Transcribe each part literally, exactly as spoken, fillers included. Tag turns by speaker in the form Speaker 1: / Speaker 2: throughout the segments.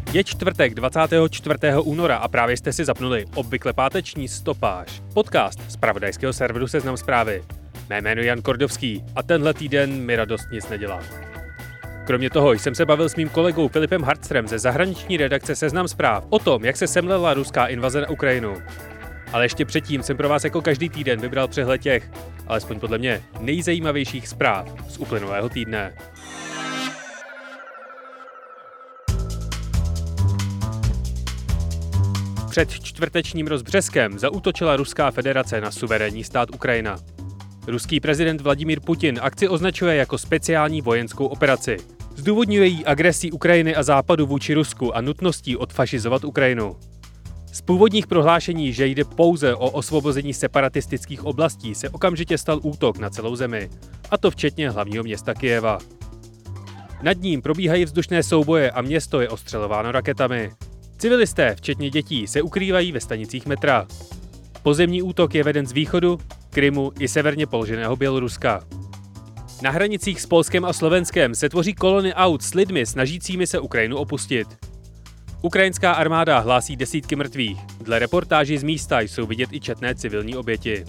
Speaker 1: Je čtvrtek dvacátého čtvrtého února a právě jste si zapnuli obvykle páteční stopáž. Podcast z zpravodajského serveru Seznam Zprávy. Mé jméno je Jan Kordovský a tenhle týden mi radost nic nedělá. Kromě toho jsem se bavil s mým kolegou Filipem Hartzrem ze zahraniční redakce Seznam Zpráv o tom, jak se semlela ruská invaze na Ukrajinu. Ale ještě předtím jsem pro vás jako každý týden vybral přehled těch, alespoň podle mě, nejzajímavějších zpráv z uplynulého týdne. Před čtvrtečním rozbřeskem zaútočila Ruská federace na suverénní stát Ukrajina. Ruský prezident Vladimír Putin akci označuje jako speciální vojenskou operaci. Zdůvodňuje jí agresí Ukrajiny a Západu vůči Rusku a nutností odfašizovat Ukrajinu. Z původních prohlášení, že jde pouze o osvobození separatistických oblastí, se okamžitě stal útok na celou zemi, a to včetně hlavního města Kyjeva. Nad ním probíhají vzdušné souboje a město je ostřelováno raketami. Civilisté, včetně dětí, se ukrývají ve stanicích metra. Pozemní útok je veden z východu, Krymu i severně položeného Běloruska. Na hranicích s Polskem a Slovenskem se tvoří kolony aut s lidmi snažícími se Ukrajinu opustit. Ukrajinská armáda hlásí desítky mrtvých. Dle reportáží z místa jsou vidět i četné civilní oběti.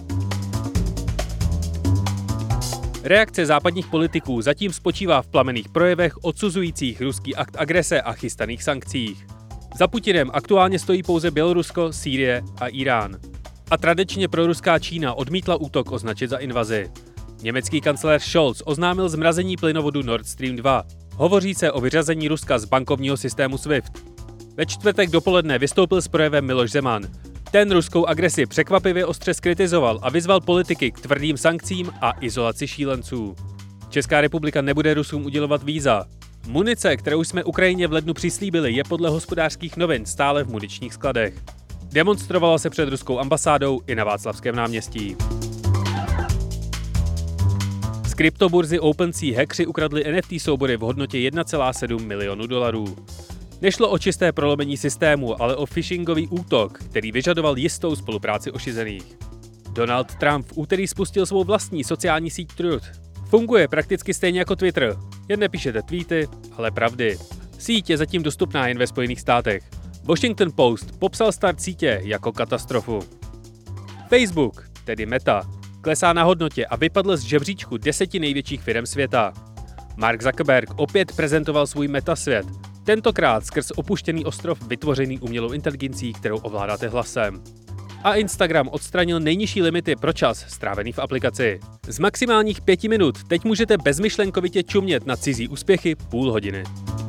Speaker 1: Reakce západních politiků zatím spočívá v plamenných projevech odsuzujících ruský akt agrese a chystaných sankcích. Za Putinem aktuálně stojí pouze Bělorusko, Sýrie a Irán. A tradičně proruská Čína odmítla útok označit za invazi. Německý kancléř Scholz oznámil zmrazení plynovodu Nord Stream dva. Hovoří se o vyřazení Ruska z bankovního systému SWIFT. Ve čtvrtek dopoledne vystoupil s projevem Miloš Zeman. Ten ruskou agresi překvapivě ostře zkritizoval a vyzval politiky k tvrdým sankcím a izolaci šílenců. Česká republika nebude Rusům udělovat víza. Munice, kterou jsme Ukrajině v lednu přislíbili, je podle Hospodářských novin stále v muničních skladech. Demonstrovalo se před ruskou ambasádou i na Václavském náměstí. Z kryptoburzy OpenSea hackři ukradli N F T soubory v hodnotě jedna celá sedm milionu dolarů. Nešlo o čisté prolomení systému, ale o phishingový útok, který vyžadoval jistou spolupráci ošizených. Donald Trump v úterý spustil svou vlastní sociální síť Truth. Funguje prakticky stejně jako Twitter. Jen nepíšete tweety, ale pravdy. Síť je zatím dostupná jen ve Spojených státech. Washington Post popsal start sítě jako katastrofu. Facebook, tedy Meta, klesá na hodnotě a vypadl z žebříčku deseti největších firem světa. Mark Zuckerberg opět prezentoval svůj metasvět, tentokrát skrz opuštěný ostrov vytvořený umělou inteligencí, kterou ovládáte hlasem. A Instagram odstranil nejnižší limity pro čas strávený v aplikaci. Z maximálních pěti minut teď můžete bezmyšlenkovitě čumět na cizí úspěchy půl hodiny.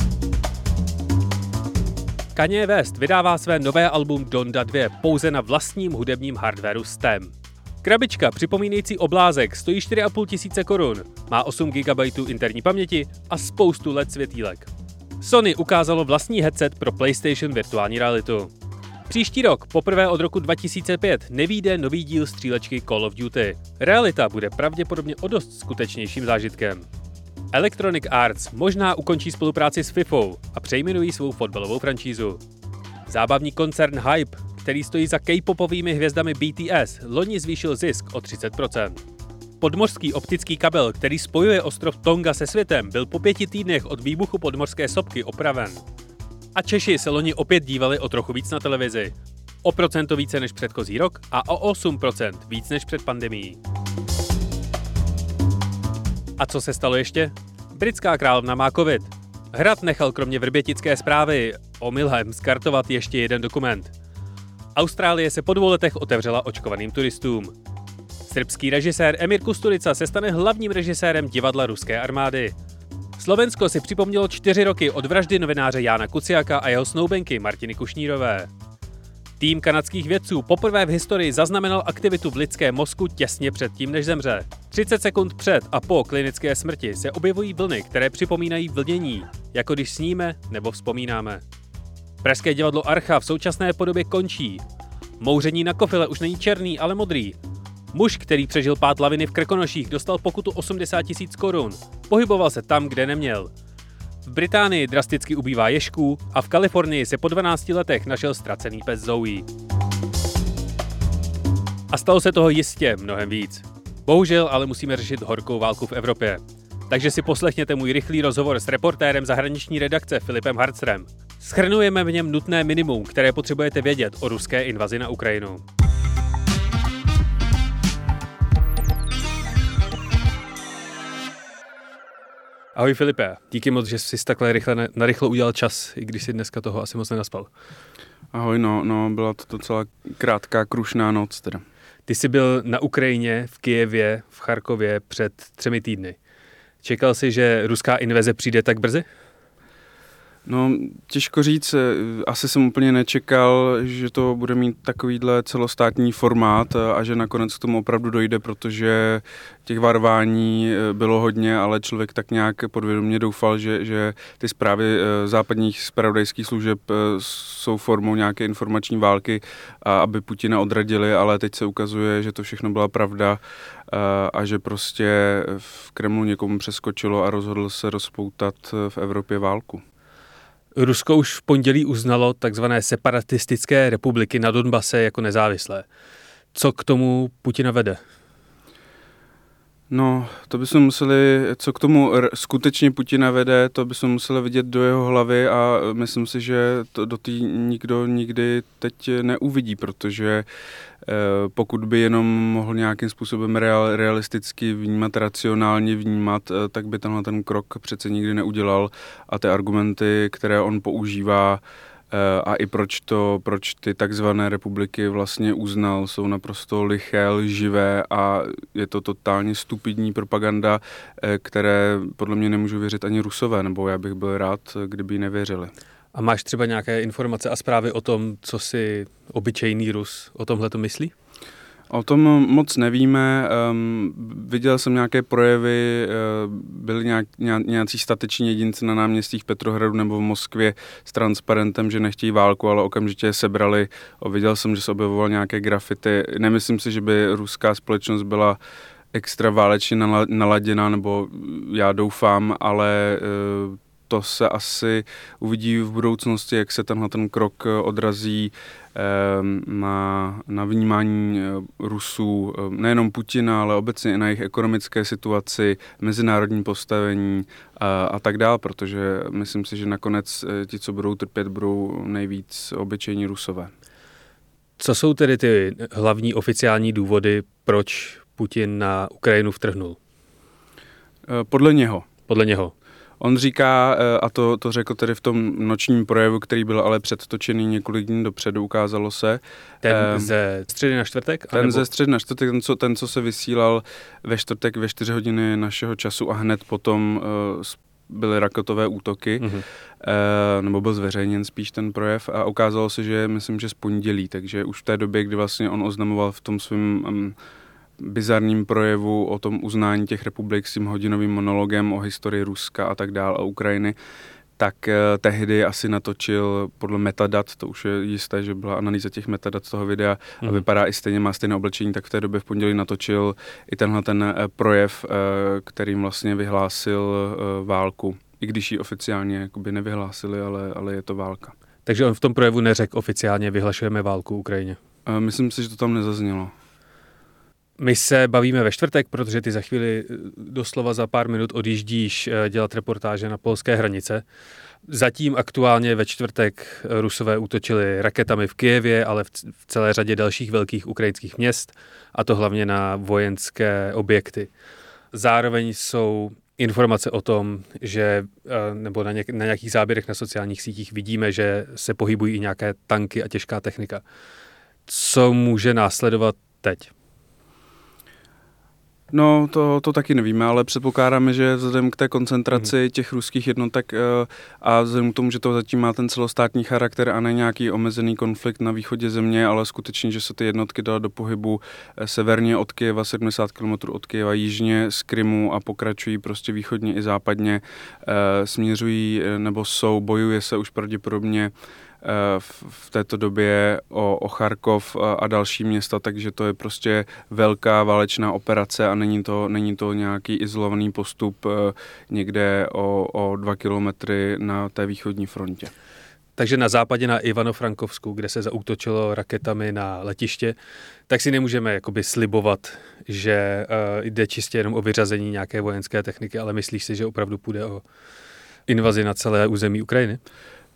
Speaker 1: Kanye West vydává své nové album Donda dva pouze na vlastním hudebním hardwaru S T E M. Krabička připomínající oblázek stojí čtyři a půl tisíce korun, má osm gigabajtů interní paměti a spoustu L E D světýlek. Sony ukázalo vlastní headset pro PlayStation virtuální realitu. Příští rok, poprvé od roku dva tisíce pět, nevyjde nový díl střílečky Call of Duty. Realita bude pravděpodobně o dost skutečnějším zážitkem. Electronic Arts možná ukončí spolupráci s FIFou a přejmenují svou fotbalovou franšízu. Zábavní koncern Hype, který stojí za K-popovými hvězdami B T S, loni zvýšil zisk o třicet procent. Podmořský optický kabel, který spojuje ostrov Tonga se světem, byl po pěti týdnech od výbuchu podmořské sopky opraven. A Češi se loni opět dívali o trochu víc na televizi. O procento více než předchozí rok a o osm procent víc než před pandemií. A co se stalo ještě? Britská královna má covid. Hrad nechal kromě vrbětické zprávy omylem skartovat ještě jeden dokument. Austrálie se po dvou letech otevřela očkovaným turistům. Srbský režisér Emir Kusturica se stane hlavním režisérem divadla ruské armády. Slovensko si připomnělo čtyři roky od vraždy novináře Jána Kuciaka a jeho snoubenky Martiny Kušnírové. Tým kanadských vědců poprvé v historii zaznamenal aktivitu v lidském mozku těsně předtím, než zemře. třicet sekund před a po klinické smrti se objevují vlny, které připomínají vlnění, jako když sníme nebo vzpomínáme. Pražské divadlo Archa v současné podobě končí. Mouření na kofile už není černý, ale modrý. Muž, který přežil pád laviny v Krkonoších, dostal pokutu osmdesát tisíc korun. Pohyboval se tam, kde neměl. V Británii drasticky ubývá ježků a v Kalifornii se po dvanácti letech našel ztracený pes Zoe. A stalo se toho jistě mnohem víc. Bohužel ale musíme řešit horkou válku v Evropě. Takže si poslechněte můj rychlý rozhovor s reportérem zahraniční redakce Filipem Hartzrem. Shrnujeme v něm nutné minimum, které potřebujete vědět o ruské invazi na Ukrajinu. Ahoj Filipe, díky moc, že jsi takhle rychle, narychlo udělal čas, i když jsi dneska toho asi moc nenaspal.
Speaker 2: Ahoj, no, no, byla to docela krátká, krušná noc teda.
Speaker 1: Ty jsi byl na Ukrajině, v Kyjevě, v Charkově před třemi týdny. Čekal jsi, že ruská invaze přijde tak brzy?
Speaker 2: No, těžko říct, asi jsem úplně nečekal, že to bude mít takovýhle celostátní formát a že nakonec k tomu opravdu dojde, protože těch varování bylo hodně, ale člověk tak nějak podvědomě doufal, že, že ty zprávy západních zpravodajských služeb jsou formou nějaké informační války, a aby Putina odradili, ale teď se ukazuje, že to všechno byla pravda a že prostě v Kremlu někomu přeskočilo a rozhodl se rozpoutat v Evropě válku.
Speaker 1: Rusko už v pondělí uznalo takzvané separatistické republiky na Donbase jako nezávislé. Co k tomu Putina vede?
Speaker 2: No, to bychom museli, co k tomu r- skutečně Putina vede, to bychom museli vidět do jeho hlavy a myslím si, že to do té nikdo nikdy teď neuvidí, protože eh, pokud by jenom mohl nějakým způsobem real, realisticky vnímat, racionálně vnímat, eh, tak by tenhle ten krok přece nikdy neudělal a ty argumenty, které on používá, a i proč to, proč ty takzvané republiky vlastně uznal, jsou naprosto liché, lživé a je to totálně stupidní propaganda, které podle mě nemůžu věřit ani Rusové, nebo já bych byl rád, kdyby jí nevěřili.
Speaker 1: A máš třeba nějaké informace a zprávy o tom, co si obyčejný Rus o tomhle to myslí?
Speaker 2: O tom moc nevíme, um, viděl jsem nějaké projevy, uh, byli nějak, nějací stateční jedinci na náměstích Petrohradu nebo v Moskvě s transparentem, že nechtějí válku, ale okamžitě je sebrali. O, viděl jsem, že se objevoval nějaké grafity. Nemyslím si, že by ruská společnost byla extra válečně naladěná, nebo já doufám, ale uh, to se asi uvidí v budoucnosti, jak se tenhle ten krok odrazí na, na vnímání Rusů, nejenom Putina, ale obecně i na jejich ekonomické situaci, mezinárodní postavení a, a tak dále, protože myslím si, že nakonec ti, co budou trpět, budou nejvíc obyčejní Rusové.
Speaker 1: Co jsou tedy ty hlavní oficiální důvody, proč Putin na Ukrajinu vtrhnul?
Speaker 2: Podle něho.
Speaker 1: Podle něho.
Speaker 2: On říká, a to, to řekl tedy v tom nočním projevu, který byl ale předtočený několik dní dopředu, ukázalo se.
Speaker 1: Ten ze středy na čtvrtek?
Speaker 2: Ten anebo... ze středy na čtvrtek, ten co, ten, co se vysílal ve čtvrtek ve čtyři hodiny našeho času a hned potom uh, byly raketové útoky, mm-hmm. uh, nebo byl zveřejněn spíš ten projev a ukázalo se, že myslím, že z pondělí, takže už v té době, kdy vlastně on oznamoval v tom svým um, bizarním projevu o tom uznání těch republik s tím hodinovým monologem o historii Ruska a tak dále a Ukrajiny, tak eh, tehdy asi natočil podle metadat, to už je jisté, že byla analýza těch metadat toho videa mm. a vypadá i stejně, má stejné oblečení, tak v té době v pondělí natočil i tenhle ten eh, projev, eh, kterým vlastně vyhlásil eh, válku, i když ji oficiálně jakoby nevyhlásili, ale, ale je to válka.
Speaker 1: Takže on v tom projevu neřekl oficiálně vyhlašujeme válku Ukrajině?
Speaker 2: Eh, myslím si, že to tam nezaznělo.
Speaker 1: My se bavíme ve čtvrtek, protože ty za chvíli doslova za pár minut odjíždíš dělat reportáže na polské hranice. Zatím aktuálně ve čtvrtek Rusové útočili raketami v Kyjevě, ale v celé řadě dalších velkých ukrajinských měst, a to hlavně na vojenské objekty. Zároveň jsou informace o tom, že nebo na, něk- na nějakých záběrech na sociálních sítích vidíme, že se pohybují i nějaké tanky a těžká technika. Co může následovat teď?
Speaker 2: No, to, to taky nevíme, ale předpokládáme, že vzhledem k té koncentraci mm. těch ruských jednotek a vzhledem k tomu, že to zatím má ten celostátní charakter a ne nějaký omezený konflikt na východě země, ale skutečně, že se ty jednotky daly do pohybu severně od Kyjeva, sedmdesát kilometrů od Kyjeva, jižně z Krymu a pokračují prostě východně i západně, směřují nebo jsou, bojuje se už pravděpodobně v této době o, o Charkov a další města, takže to je prostě velká válečná operace a není to, není to nějaký izolovaný postup někde o, o dva kilometry na té východní frontě.
Speaker 1: Takže na západě na Ivano-Frankovsku, kde se zaútočilo raketami na letiště, tak si nemůžeme jakoby slibovat, že uh, jde čistě jenom o vyřazení nějaké vojenské techniky, ale myslíš si, že opravdu půjde o invazi na celé území Ukrajiny?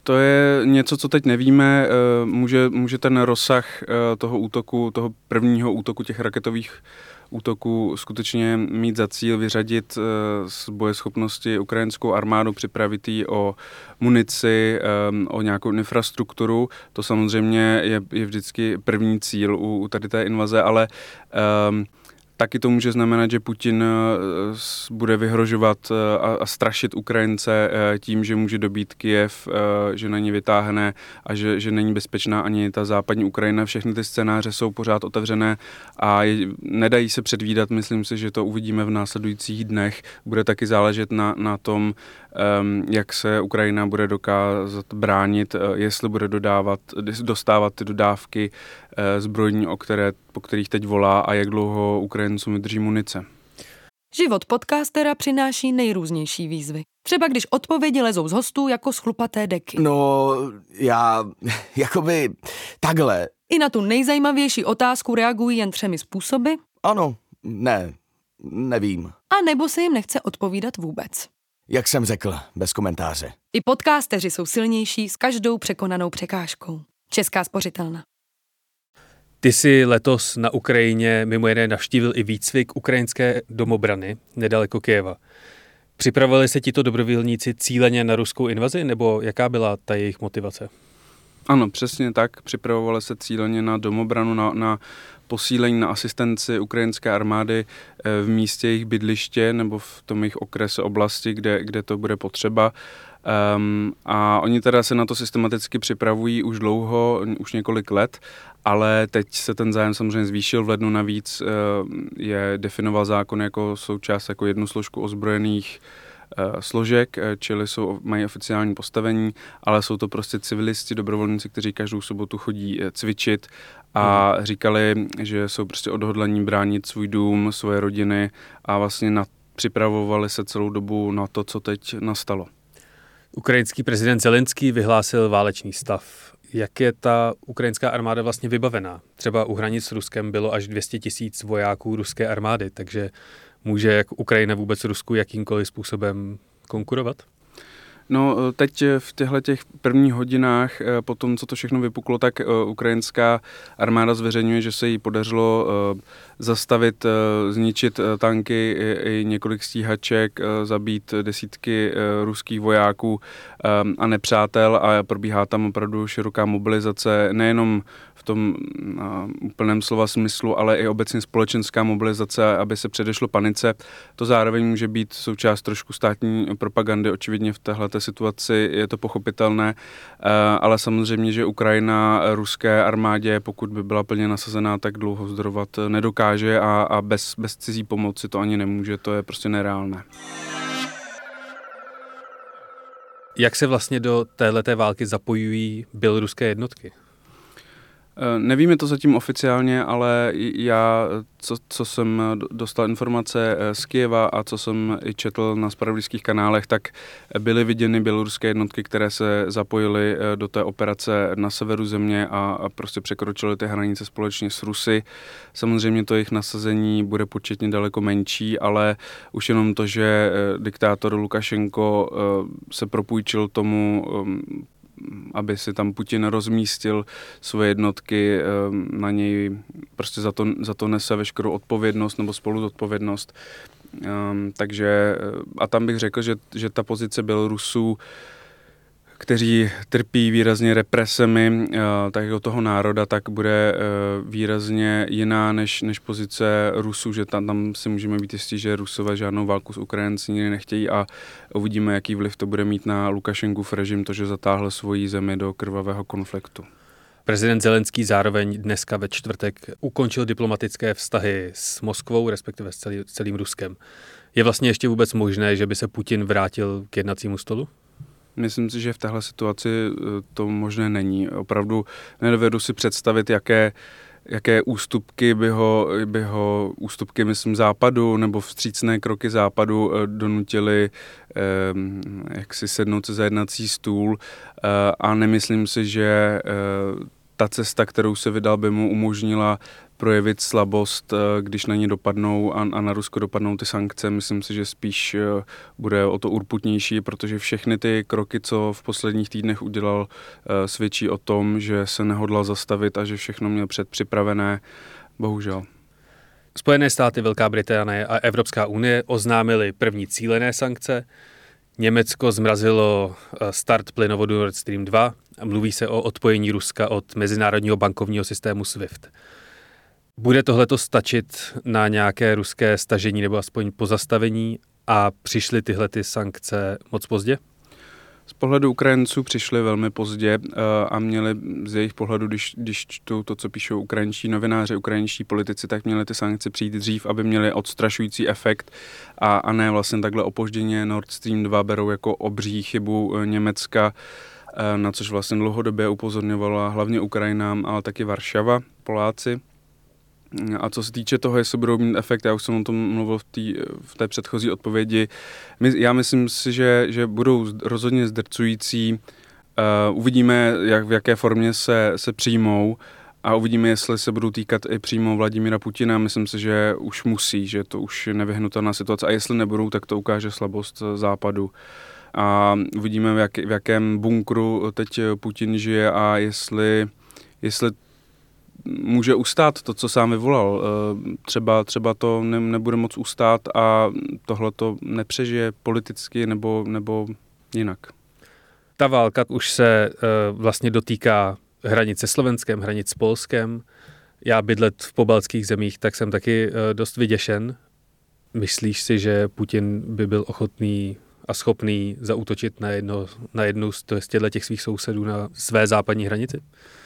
Speaker 2: To je něco, co teď nevíme. Může, může ten rozsah toho útoku, toho prvního útoku těch raketových útoků skutečně mít za cíl vyřadit z bojeschopnosti ukrajinskou armádu, připravit ji o munici, o nějakou infrastrukturu. To samozřejmě je, je vždycky první cíl u, u tady té invaze, ale um, taky to může znamenat, že Putin bude vyhrožovat a, a strašit Ukrajince tím, že může dobít Kyjev, že na ně vytáhne a že, že není bezpečná ani ta západní Ukrajina. Všechny ty scénáře jsou pořád otevřené a je, nedají se předvídat. Myslím si, že to uvidíme v následujících dnech. Bude taky záležet na, na tom, um, jak se Ukrajina bude dokázat bránit, jestli bude dodávat, dostávat ty dodávky zbrojní, o které, po kterých teď volá a jak dlouho Ukrajincům vydrží munice.
Speaker 3: Život podcastera přináší nejrůznější výzvy. Třeba když odpovědi lezou z hostů jako z chlupaté deky.
Speaker 4: No, já, jakoby, takhle.
Speaker 3: I na tu nejzajímavější otázku reagují jen třemi způsoby.
Speaker 4: Ano, ne, nevím.
Speaker 3: A nebo se jim nechce odpovídat vůbec.
Speaker 4: Jak jsem řekl, bez komentáře.
Speaker 3: I podcasteři jsou silnější s každou překonanou překážkou. Česká spořitelna.
Speaker 1: Ty jsi letos na Ukrajině mimo jiné navštívil i výcvik ukrajinské domobrany nedaleko Kyjeva. Připravovali se tito dobrovolníci cíleně na ruskou invazi, nebo jaká byla ta jejich motivace?
Speaker 2: Ano, přesně tak. Připravovali se cíleně na domobranu, na, na posílení, na asistenci ukrajinské armády v místě jejich bydliště nebo v tom jejich okrese oblasti, kde, kde to bude potřeba. Um, a oni teda se na to systematicky připravují už dlouho, už několik let, ale teď se ten zájem samozřejmě zvýšil. V lednu navíc uh, je definoval zákon jako součást, jako jednu složku ozbrojených uh, složek, čili jsou, mají oficiální postavení, ale jsou to prostě civilisti, dobrovolníci, kteří každou sobotu chodí uh, cvičit a hmm. říkali, že jsou prostě odhodlaní bránit svůj dům, svoje rodiny a vlastně na, připravovali se celou dobu na to, co teď nastalo.
Speaker 1: Ukrajinský prezident Zelenský vyhlásil válečný stav. Jak je ta ukrajinská armáda vlastně vybavená? Třeba u hranic s Ruskem bylo až dvě stě tisíc vojáků ruské armády, takže může jak Ukrajina vůbec Rusku jakýmkoliv způsobem konkurovat?
Speaker 2: No teď v těchto těch prvních hodinách, po tom, co to všechno vypuklo, tak ukrajinská armáda zveřejňuje, že se jí podařilo zastavit, zničit tanky i několik stíhaček, zabít desítky ruských vojáků a nepřátel a probíhá tam opravdu široká mobilizace, nejenom v tom úplném slova smyslu, ale i obecně společenská mobilizace, aby se předešlo panice. To zároveň může být součást trošku státní propagandy, očividně v téhleté situaci je to pochopitelné, ale samozřejmě, že Ukrajina ruské armádě, pokud by byla plně nasazená, tak dlouho vzdorovat nedokáže a, a bez, bez cizí pomoci to ani nemůže, to je prostě nereálné.
Speaker 1: Jak se vlastně do téhleté války zapojují běloruské jednotky?
Speaker 2: Nevíme to zatím oficiálně, ale já, co, co jsem dostal informace z Kyjeva a co jsem i četl na zpravodajských kanálech, tak byly viděny běloruské jednotky, které se zapojily do té operace na severu země a, a prostě překročily ty hranice společně s Rusy. Samozřejmě to jejich nasazení bude početně daleko menší, ale už jenom to, že diktátor Lukašenko se propůjčil tomu, aby si tam Putin rozmístil svoje jednotky, na něj prostě za to, za to nese veškerou odpovědnost nebo spoluzodpovědnost. Takže a tam bych řekl, že, že ta pozice Bělorusů, kteří trpí výrazně represemi tak jako toho národa, tak bude výrazně jiná než, než pozice Rusů, že tam, tam si můžeme být jistí, že Rusové žádnou válku s Ukrajinci nikdy nechtějí a uvidíme, jaký vliv to bude mít na Lukašenkův režim, to, že zatáhl svoji zemi do krvavého konfliktu.
Speaker 1: Prezident Zelenský zároveň dneska ve čtvrtek ukončil diplomatické vztahy s Moskvou, respektive s, celý, s celým Ruskem. Je vlastně ještě vůbec možné, že by se Putin vrátil k jednacímu stolu?
Speaker 2: Myslím si, že v téhle situaci to možné není. Opravdu nedovedu si představit, jaké, jaké ústupky by ho, by ho, ústupky myslím západu nebo vstřícné kroky západu donutily eh, jak si sednout se za jednací stůl eh, a nemyslím si, že eh, ta cesta, kterou se vydal, by mu umožnila projevit slabost, když na ně dopadnou a, a na Rusko dopadnou ty sankce. Myslím si, že spíš bude o to urputnější, protože všechny ty kroky, co v posledních týdnech udělal, svědčí o tom, že se nehodlal zastavit a že všechno měl předpřipravené. Bohužel.
Speaker 1: Spojené státy, Velká Británie a Evropská unie oznámily první cílené sankce. Německo zmrazilo start plynovodu Nord Stream dva a mluví se o odpojení Ruska od mezinárodního bankovního systému SWIFT. Bude tohleto stačit na nějaké ruské stažení nebo aspoň pozastavení a přišly tyhle ty sankce moc pozdě?
Speaker 2: Z pohledu Ukrajinců přišli velmi pozdě a měli z jejich pohledu, když, když čtou to, co píšou ukrajinští novináři, ukrajinští politici, tak měli ty sankce přijít dřív, aby měli odstrašující efekt a, a ne vlastně takhle opožděně. Nord Stream dva berou jako obří chybu Německa, na což vlastně dlouhodobě upozorňovala hlavně Ukrajina, ale taky Varšava, Poláci. A co se týče toho, jestli budou mít efekt, já už jsem o tom mluvil v, tý, v té předchozí odpovědi, my, já myslím si, že, že budou rozhodně zdrcující. Uh, uvidíme, jak, v jaké formě se, se přijmou a uvidíme, jestli se budou týkat i přímo Vladimíra Putina. Myslím si, že už musí, že to už je nevyhnutelná situace a jestli nebudou, tak to ukáže slabost Západu. A uvidíme, v, jak, v jakém bunkru teď Putin žije a jestli, jestli může ustát to, co sám vyvolal. Třeba, třeba to ne, nebude moc ustát a tohle to nepřežije politicky nebo, nebo jinak.
Speaker 1: Ta válka už se uh, vlastně dotýká hranice Slovenskem, hranic s Polskem. Já bydlet v pobaltských zemích, tak jsem taky uh, dost vyděšen. Myslíš si, že Putin by byl ochotný a schopný zaútočit na, jedno, na jednu z těch svých sousedů na své západní hranici?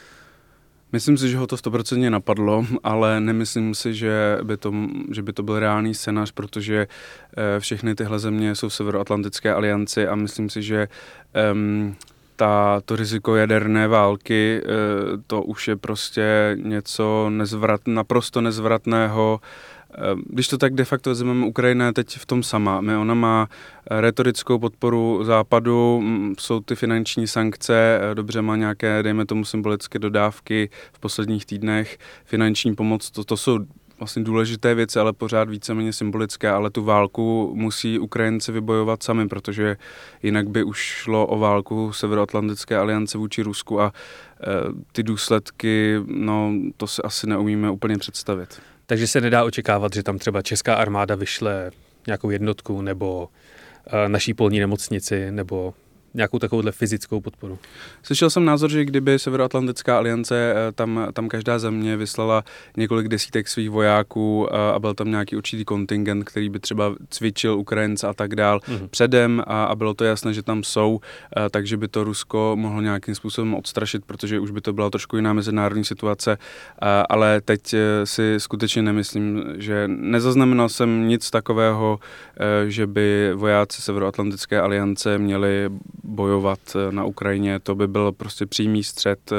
Speaker 2: Myslím si, že ho to stoprocentně napadlo, ale nemyslím si, že by to, že by to byl reálný scénář, protože všechny tyhle země jsou v Severoatlantické alianci a myslím si, že um, ta, to riziko jaderné války, to už je prostě něco nezvrat, naprosto nezvratného. Když to tak de facto vezmeme, Ukrajina je teď v tom sama. Ona má retorickou podporu Západu, jsou ty finanční sankce, dobře má nějaké, dejme tomu symbolické dodávky v posledních týdnech, finanční pomoc, to, to jsou vlastně důležité věci, ale pořád víceméně symbolické, ale tu válku musí Ukrajinci vybojovat sami, protože jinak by už šlo o válku Severoatlantické aliance vůči Rusku a e, ty důsledky, no to si asi neumíme úplně představit.
Speaker 1: Takže se nedá očekávat, že tam třeba česká armáda vyšle nějakou jednotku nebo e, naší polní nemocnici nebo nějakou takovouhle fyzickou podporu.
Speaker 2: Slyšel jsem názor, že kdyby Severoatlantická aliance, tam, tam každá země vyslala několik desítek svých vojáků a byl tam nějaký určitý kontingent, který by třeba cvičil Ukrajince a tak dál mm-hmm. předem a, a bylo to jasné, že tam jsou, takže by to Rusko mohlo nějakým způsobem odstrašit, protože už by to byla trošku jiná mezinárodní situace, ale teď si skutečně nemyslím, že nezaznamenal jsem nic takového, že by vojáci Severoatlantické aliance měli bojovat na Ukrajině, to by byl prostě přímý střet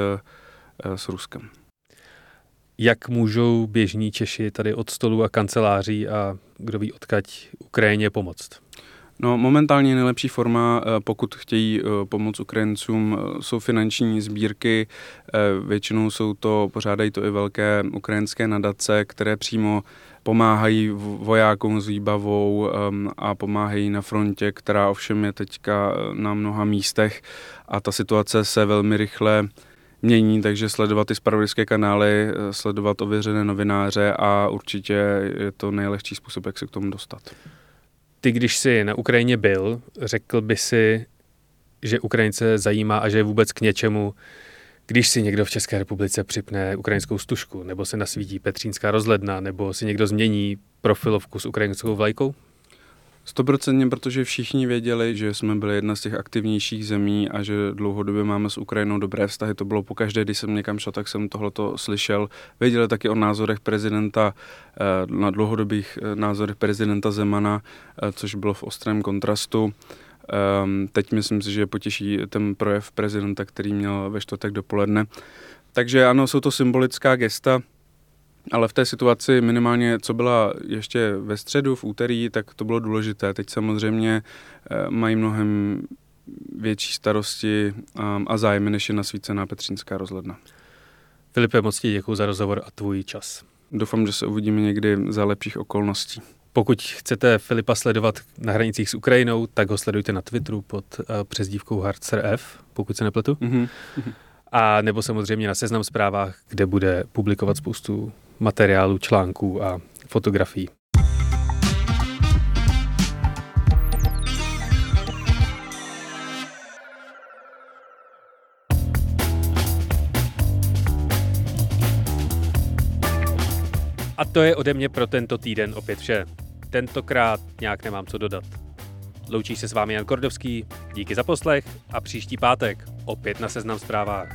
Speaker 2: s Ruskem.
Speaker 1: Jak můžou běžní Češi tady od stolu a kanceláří a kdo ví odkaď Ukrajině pomoct?
Speaker 2: No, momentálně nejlepší forma, pokud chtějí pomoct Ukrajincům, jsou finanční sbírky. Většinou jsou to, pořádají to i velké ukrajinské nadace, které přímo pomáhají vojákům s výbavou a pomáhají na frontě, která ovšem je teďka na mnoha místech a ta situace se velmi rychle mění, takže sledovat ty zpravodajské kanály, sledovat ověřené novináře a určitě je to nejlehčí způsob, jak se k tomu dostat.
Speaker 1: Ty, když jsi na Ukrajině byl, řekl by si, že Ukrajince zajímá a že je vůbec k něčemu, když si někdo v České republice připne ukrajinskou stužku, nebo se nasvítí Petřínská rozhledna, nebo si někdo změní profilovku s ukrajinskou vlajkou?
Speaker 2: Stoprocentně, protože všichni věděli, že jsme byli jedna z těch aktivnějších zemí a že dlouhodobě máme s Ukrajinou dobré vztahy. To bylo pokaždé, když jsem někam šel, tak jsem tohleto slyšel. Věděli taky o názorech prezidenta, na dlouhodobých názorech prezidenta Zemana, což bylo v ostrém kontrastu. Teď myslím si, že potěší ten projev prezidenta, který měl ve čtvrtek dopoledne. Takže ano, jsou to symbolická gesta, ale v té situaci minimálně, co byla ještě ve středu, v úterý, tak to bylo důležité. Teď samozřejmě mají mnohem větší starosti a zájmy, než je nasvícená Petřínská rozhledna.
Speaker 1: Filipe, moc ti děkuju za rozhovor a tvůj čas.
Speaker 2: Doufám, že se uvidíme někdy za lepších okolností.
Speaker 1: Pokud chcete Filipa sledovat na hranicích s Ukrajinou, tak ho sledujte na Twitteru pod uh, přezdívkou HardSrF, pokud se nepletu. Mm-hmm. A nebo samozřejmě na Seznam Zprávách, kde bude publikovat spoustu materiálů, článků a fotografií. A to je ode mě pro tento týden opět vše. Tentokrát nějak nemám co dodat. Loučí se s vámi Jan Kordovský, díky za poslech a příští pátek opět na Seznam Zprávách.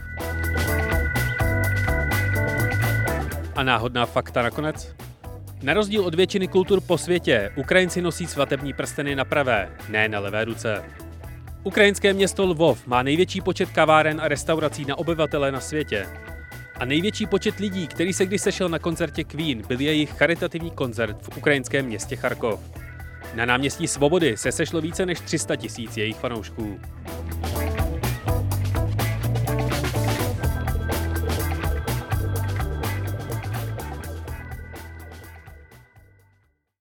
Speaker 1: A náhodná fakta nakonec? Na rozdíl od většiny kultur po světě, Ukrajinci nosí svatební prsteny na pravé, ne na levé ruce. Ukrajinské město Lvov má největší počet kaváren a restaurací na obyvatele na světě. A největší počet lidí, který se kdy sešel na koncertě Queen, byl jejich charitativní koncert v ukrajinském městě Charkov. Na náměstí Svobody se sešlo více než tři sta tisíc jejich fanoušků.